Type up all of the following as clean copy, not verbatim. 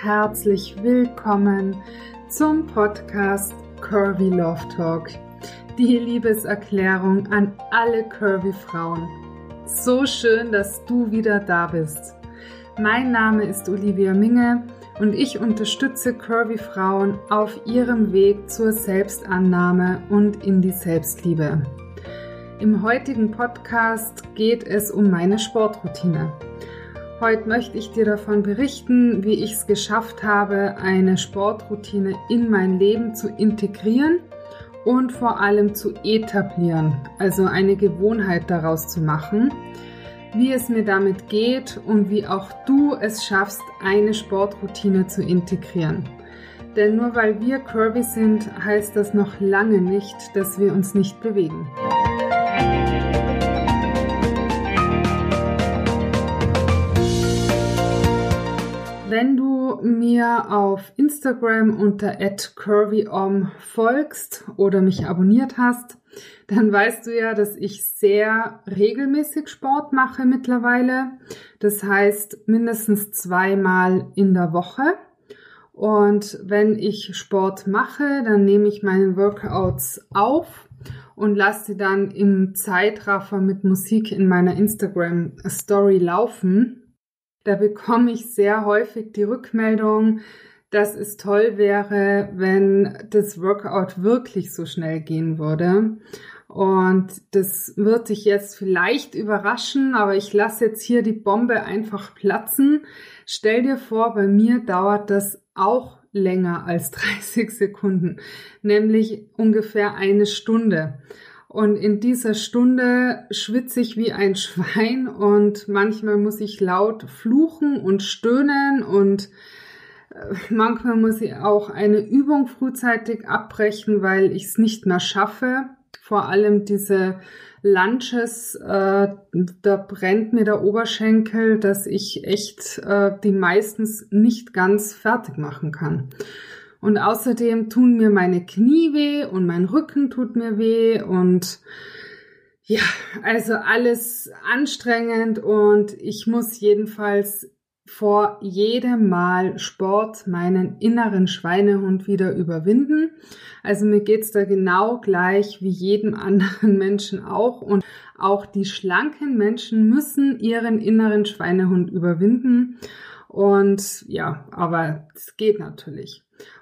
herzlich willkommen zum Podcast Curvy Love Talk, die Liebeserklärung an alle Curvy Frauen. So schön, dass du wieder da bist. Mein Name ist Olivia Minge und ich unterstütze Curvy Frauen auf ihrem Weg zur Selbstannahme und in die Selbstliebe. Im heutigen Podcast geht es um meine Sportroutine. Heute möchte ich dir davon berichten, wie ich es geschafft habe, eine Sportroutine in mein Leben zu integrieren und vor allem zu etablieren, also eine Gewohnheit daraus zu machen, wie es mir damit geht und wie auch du es schaffst, eine Sportroutine zu integrieren. Denn nur weil wir curvy sind, heißt das noch lange nicht, dass wir uns nicht bewegen. Wenn du mir auf Instagram unter @curvyom folgst oder mich abonniert hast, dann weißt du ja, dass ich sehr regelmäßig Sport mache mittlerweile. Das heißt mindestens 2-mal in der Woche. Und wenn ich Sport mache, dann nehme ich meine Workouts auf und lasse sie dann im Zeitraffer mit Musik in meiner Instagram-Story laufen. Da bekomme ich sehr häufig die Rückmeldung, dass es toll wäre, wenn das Workout wirklich so schnell gehen würde. Und das wird dich jetzt vielleicht überraschen, aber ich lasse jetzt hier die Bombe einfach platzen. Stell dir vor, bei mir dauert das auch länger als 30 Sekunden, nämlich ungefähr 1 Stunde. Und in dieser Stunde schwitze ich wie ein Schwein und manchmal muss ich laut fluchen und stöhnen und manchmal muss ich auch eine Übung frühzeitig abbrechen, weil ich es nicht mehr schaffe. Vor allem diese Lunges, da brennt mir der Oberschenkel, dass ich echt die meistens nicht ganz fertig machen kann. Und außerdem tun mir meine Knie weh und mein Rücken tut mir weh und ja, also alles anstrengend und ich muss jedenfalls vor jedem Mal Sport meinen inneren Schweinehund wieder überwinden. Also mir geht's da genau gleich wie jedem anderen Menschen auch und auch die schlanken Menschen müssen ihren inneren Schweinehund überwinden und ja, aber es geht natürlich.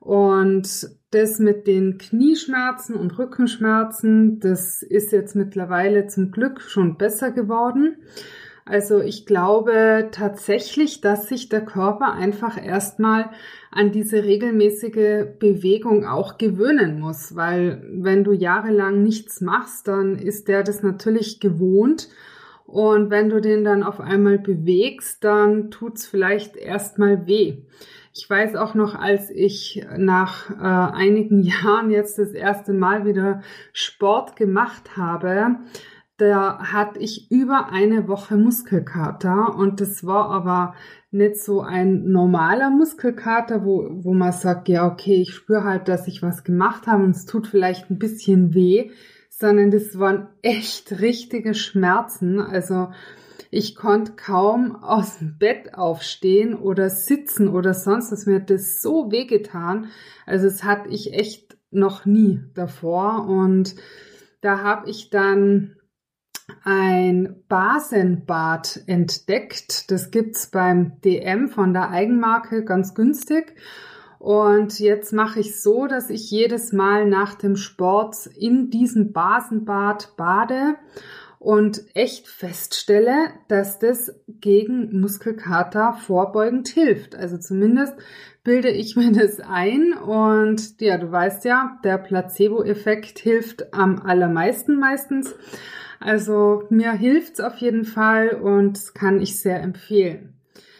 Und das mit den Knieschmerzen und Rückenschmerzen, das ist jetzt mittlerweile zum Glück schon besser geworden. Also ich glaube tatsächlich, dass sich der Körper einfach erstmal an diese regelmäßige Bewegung auch gewöhnen muss, weil wenn du jahrelang nichts machst, dann ist der das natürlich gewohnt. Und wenn du den dann auf einmal bewegst, dann tut's vielleicht erstmal weh. Ich weiß auch noch, als ich nach einigen Jahren jetzt das erste Mal wieder Sport gemacht habe, da hatte ich über eine Woche Muskelkater und das war aber nicht so ein normaler Muskelkater, wo man sagt, ja okay, ich spüre halt, dass ich was gemacht habe und es tut vielleicht ein bisschen weh, sondern das waren echt richtige Schmerzen. Also ich konnte kaum aus dem Bett aufstehen oder sitzen oder sonst was. Mir hat das so wehgetan. Also das hatte ich echt noch nie davor. Und da habe ich dann ein Basenbad entdeckt. Das gibt's beim DM von der Eigenmarke ganz günstig. Und jetzt mache ich so, dass ich jedes Mal nach dem Sport in diesem Basenbad bade und echt feststelle, dass das gegen Muskelkater vorbeugend hilft. Also zumindest bilde ich mir das ein und ja, du weißt ja, der Placebo-Effekt hilft am allermeisten meistens. Also mir hilft's auf jeden Fall und das kann ich sehr empfehlen.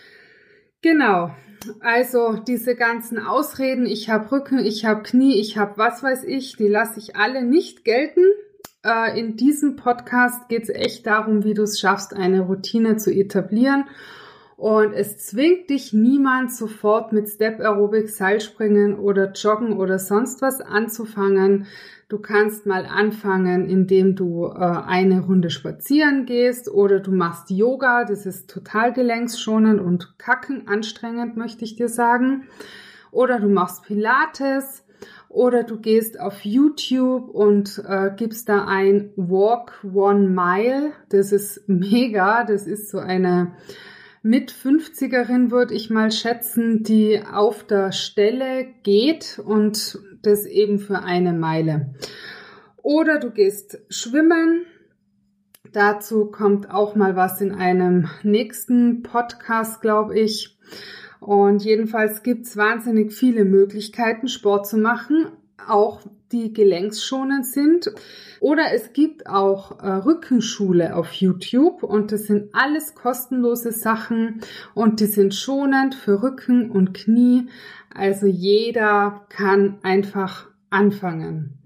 Genau, also diese ganzen Ausreden, ich habe Rücken, ich habe Knie, ich habe was weiß ich, die lasse ich alle nicht gelten. In diesem Podcast geht es echt darum, wie du es schaffst, eine Routine zu etablieren Und es zwingt dich niemand sofort mit Step Aerobic, Seilspringen oder Joggen oder sonst was anzufangen. Du kannst mal anfangen, indem du eine Runde spazieren gehst oder du machst Yoga. Das ist total gelenksschonend und kackenanstrengend, möchte ich dir sagen. Oder du machst Pilates oder du gehst auf YouTube und gibst da ein Walk 1 Mile. Das ist mega. Das ist so eine mit 50erin, würde ich mal schätzen, die auf der Stelle geht und das eben für 1 Meile. Oder du gehst schwimmen. Dazu kommt auch mal was in einem nächsten Podcast, glaube ich. Und jedenfalls gibt es wahnsinnig viele Möglichkeiten, Sport zu machen, auch die gelenksschonend sind. Oder es gibt auch Rückenschule auf YouTube und das sind alles kostenlose Sachen und die sind schonend für Rücken und Knie. Also jeder kann einfach anfangen.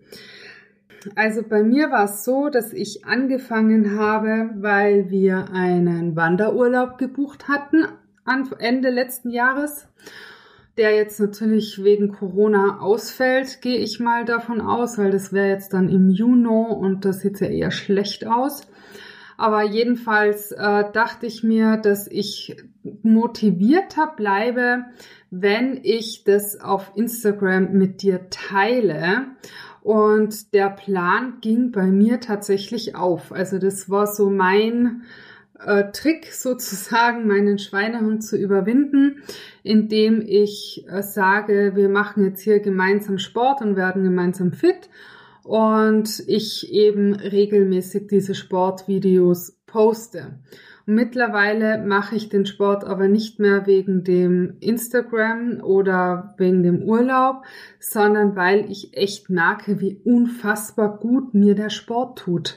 Also bei mir war es so, dass ich angefangen habe, weil wir einen Wanderurlaub gebucht hatten Ende letzten Jahres, der jetzt natürlich wegen Corona ausfällt, gehe ich mal davon aus, weil das wäre jetzt dann im Juni und das sieht ja eher schlecht aus. Aber jedenfalls dachte ich mir, dass ich motivierter bleibe, wenn ich das auf Instagram mit dir teile. Und der Plan ging bei mir tatsächlich auf. Also das war so mein Trick sozusagen, meinen Schweinehund zu überwinden, indem ich sage, wir machen jetzt hier gemeinsam Sport und werden gemeinsam fit und ich eben regelmäßig diese Sportvideos poste. Und mittlerweile mache ich den Sport aber nicht mehr wegen dem Instagram oder wegen dem Urlaub, sondern weil ich echt merke, wie unfassbar gut mir der Sport tut.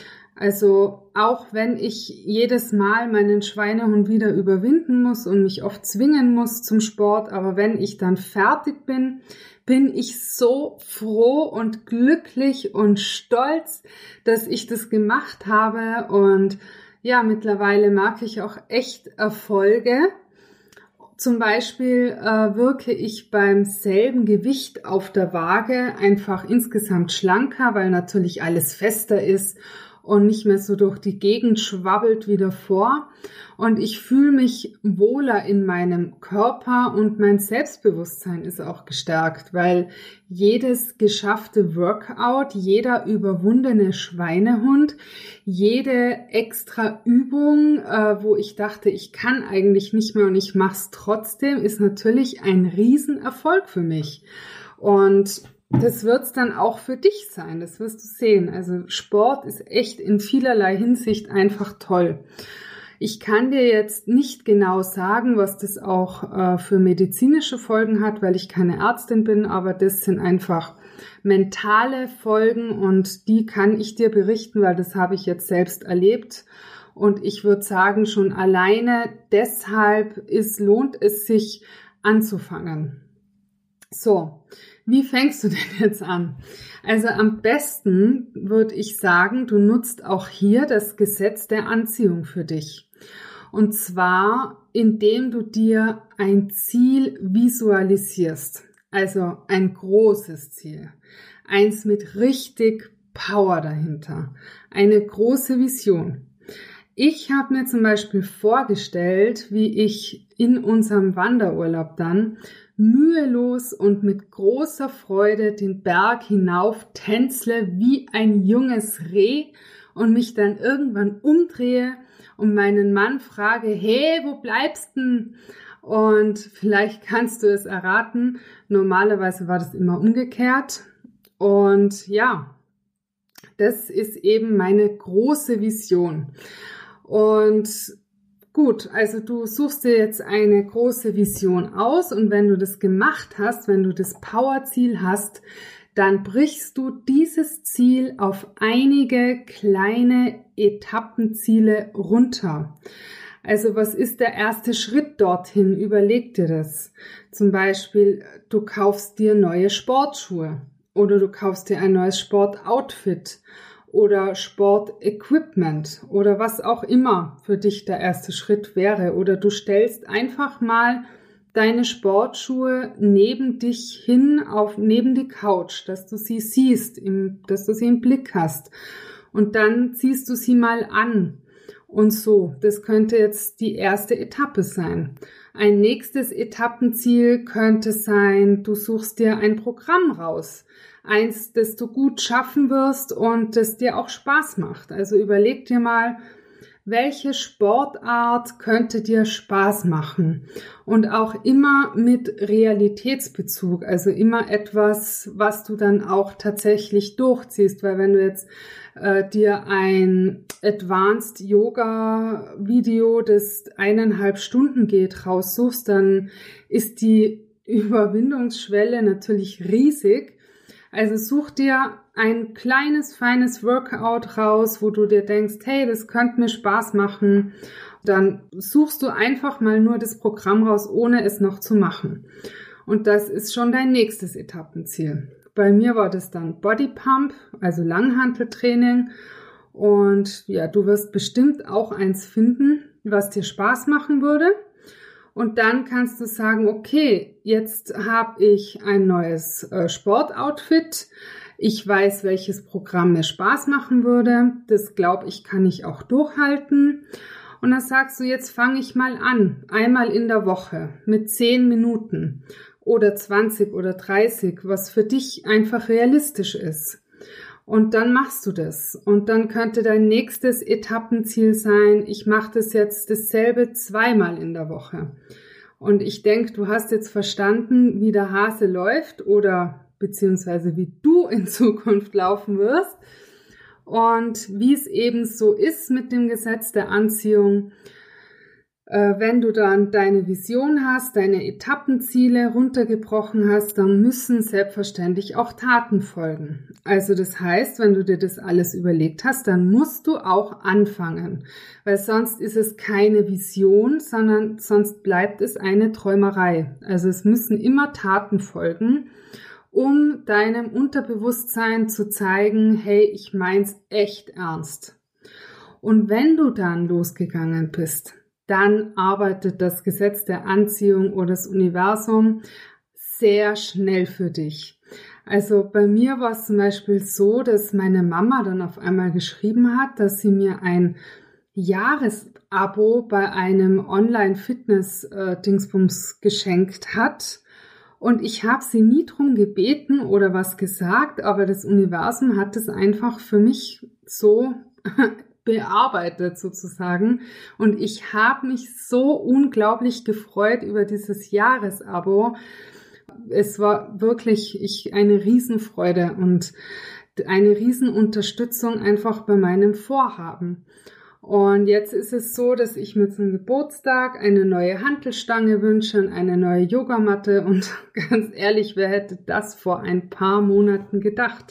Also auch wenn ich jedes Mal meinen Schweinehund wieder überwinden muss und mich oft zwingen muss zum Sport, aber wenn ich dann fertig bin, bin ich so froh und glücklich und stolz, dass ich das gemacht habe. Und ja, mittlerweile merke ich auch echt Erfolge. Zum Beispiel wirke ich beim selben Gewicht auf der Waage einfach insgesamt schlanker, weil natürlich alles fester ist und nicht mehr so durch die Gegend schwabbelt wie davor. Und ich fühle mich wohler in meinem Körper und mein Selbstbewusstsein ist auch gestärkt, weil jedes geschaffte Workout, jeder überwundene Schweinehund, jede extra Übung, wo ich dachte, ich kann eigentlich nicht mehr und ich mache es trotzdem, ist natürlich ein Riesenerfolg für mich. Und das wird's dann auch für dich sein, das wirst du sehen. Also Sport ist echt in vielerlei Hinsicht einfach toll. Ich kann dir jetzt nicht genau sagen, was das auch für medizinische Folgen hat, weil ich keine Ärztin bin, aber das sind einfach mentale Folgen und die kann ich dir berichten, weil das habe ich jetzt selbst erlebt. Und ich würde sagen, schon alleine deshalb lohnt es sich anzufangen. So, wie fängst du denn jetzt an? Also am besten würde ich sagen, du nutzt auch hier das Gesetz der Anziehung für dich. Und zwar, indem du dir ein Ziel visualisierst. Also ein großes Ziel. Eins mit richtig Power dahinter. Eine große Vision. Ich habe mir zum Beispiel vorgestellt, wie ich in unserem Wanderurlaub dann mühelos und mit großer Freude den Berg hinauf tänzle wie ein junges Reh und mich dann irgendwann umdrehe und meinen Mann frage, hey, wo bleibst denn? Und vielleicht kannst du es erraten, normalerweise war das immer umgekehrt. Und ja, das ist eben meine große Vision. Und gut, also du suchst dir jetzt eine große Vision aus und wenn du das gemacht hast, wenn du das Powerziel hast, dann brichst du dieses Ziel auf einige kleine Etappenziele runter. Also was ist der erste Schritt dorthin? Überleg dir das. Zum Beispiel, du kaufst dir neue Sportschuhe oder du kaufst dir ein neues Sportoutfit oder Sportequipment oder was auch immer für dich der erste Schritt wäre. Oder du stellst einfach mal deine Sportschuhe neben dich hin, neben die Couch, dass du sie siehst, dass du sie im Blick hast. Und dann ziehst du sie mal an. Und so, das könnte jetzt die erste Etappe sein. Ein nächstes Etappenziel könnte sein, du suchst dir ein Programm raus. Eins, das du gut schaffen wirst und das dir auch Spaß macht. Also überleg dir mal, welche Sportart könnte dir Spaß machen? Und auch immer mit Realitätsbezug, also immer etwas, was du dann auch tatsächlich durchziehst, weil wenn du jetzt dir ein Advanced Yoga Video, das 1,5 Stunden geht, raussuchst, dann ist die Überwindungsschwelle natürlich riesig. Also such dir ein kleines, feines Workout raus, wo du dir denkst, hey, das könnte mir Spaß machen. Dann suchst du einfach mal nur das Programm raus, ohne es noch zu machen. Und das ist schon dein nächstes Etappenziel. Bei mir war das dann Body Pump, also Langhanteltraining. Und ja, du wirst bestimmt auch eins finden, was dir Spaß machen würde. Und dann kannst du sagen, okay, jetzt habe ich ein neues Sportoutfit. Ich weiß, welches Programm mir Spaß machen würde. Das glaube ich, kann ich auch durchhalten. Und dann sagst du, jetzt fange ich mal an, einmal in der Woche mit 10 Minuten oder 20 oder 30, was für dich einfach realistisch ist. Und dann machst du das. Und dann könnte dein nächstes Etappenziel sein, ich mache das jetzt dasselbe 2-mal in der Woche. Und ich denke, du hast jetzt verstanden, wie der Hase läuft oder beziehungsweise wie du in Zukunft laufen wirst. Und wie es eben so ist mit dem Gesetz der Anziehung, wenn du dann deine Vision hast, deine Etappenziele runtergebrochen hast, dann müssen selbstverständlich auch Taten folgen. Also das heißt, wenn du dir das alles überlegt hast, dann musst du auch anfangen, weil sonst ist es keine Vision, sondern sonst bleibt es eine Träumerei. Also es müssen immer Taten folgen, um deinem Unterbewusstsein zu zeigen, hey, ich mein's echt ernst. Und wenn du dann losgegangen bist, dann arbeitet das Gesetz der Anziehung oder das Universum sehr schnell für dich. Also bei mir war es zum Beispiel so, dass meine Mama dann auf einmal geschrieben hat, dass sie mir ein Jahresabo bei einem Online-Fitness-Dingsbums geschenkt hat. Und ich habe sie nie drum gebeten oder was gesagt, aber das Universum hat es einfach für mich so bearbeitet sozusagen. Und ich habe mich so unglaublich gefreut über dieses Jahresabo. Es war wirklich eine Riesenfreude und eine Riesenunterstützung einfach bei meinem Vorhaben. Und jetzt ist es so, dass ich mir zum Geburtstag eine neue Hantelstange wünsche und eine neue Yogamatte. Und ganz ehrlich, wer hätte das vor ein paar Monaten gedacht?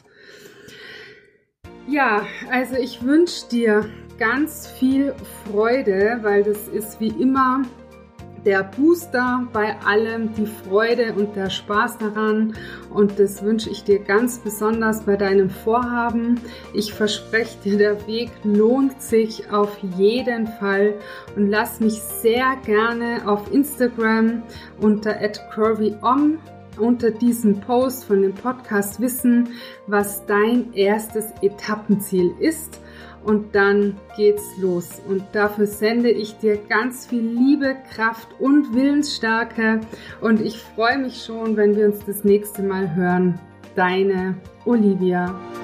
Ja, also ich wünsche dir ganz viel Freude, weil das ist wie immer der Booster bei allem, die Freude und der Spaß daran. Und das wünsche ich dir ganz besonders bei deinem Vorhaben. Ich verspreche dir, der Weg lohnt sich auf jeden Fall. Und lass mich sehr gerne auf Instagram unter @curvyom unter diesem Post von dem Podcast wissen, was dein erstes Etappenziel ist. Und dann geht's los. Und dafür sende ich dir ganz viel Liebe, Kraft und Willensstärke. Und ich freue mich schon, wenn wir uns das nächste Mal hören. Deine Olivia.